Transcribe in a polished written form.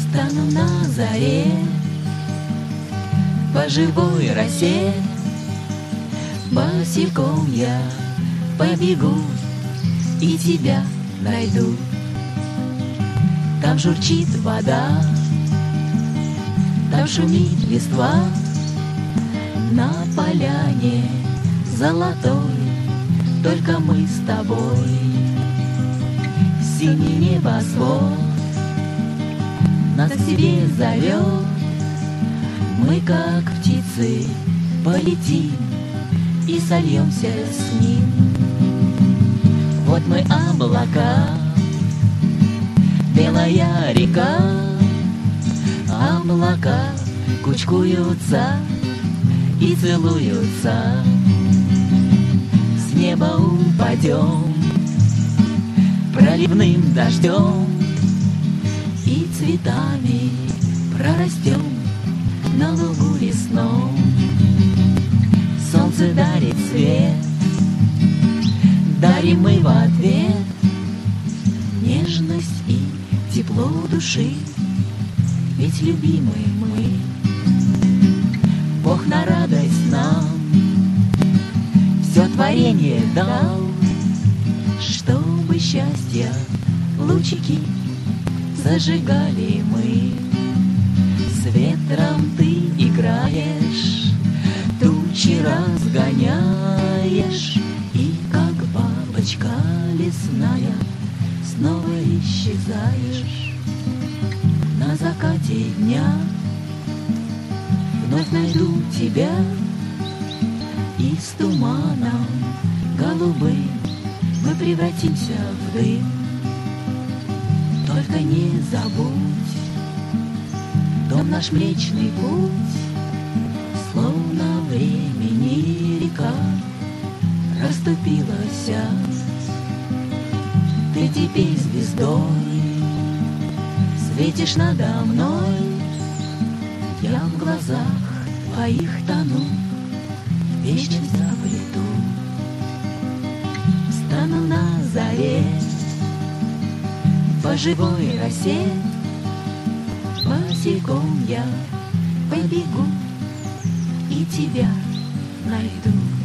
Стану на заре, по живой росе, босиком я побегу и тебя найду. Там журчит вода, там шумит листва, на поляне золотой только мы с тобой. Синий небосвод нас к себе зовет, мы как птицы полетим и сольемся с ним. Вот мы облака, белая река, облака кучкуются и целуются. С неба упадем проливным дождем и цветами прорастем на лугу лесном. Солнце дарит свет, дарим мы в ответ нежность и тепло души, ведь любимые мы. Бог на радость нам все творение дал, чтобы счастья лучики зажигали мы. С ветром ты играешь, тучи разгоняешь, и как бабочка лесная снова исчезаешь. На закате дня вновь найду тебя, и с туманом голубым мы превратимся в дым. Только не забудь, дом наш Млечный Путь, словно времени река расступилась. Ты теперь звездой светишь надо мной, я в глазах твоих тону, вечность обрету. Стану на заре, по живой росе, босиком я побегу и тебя найду.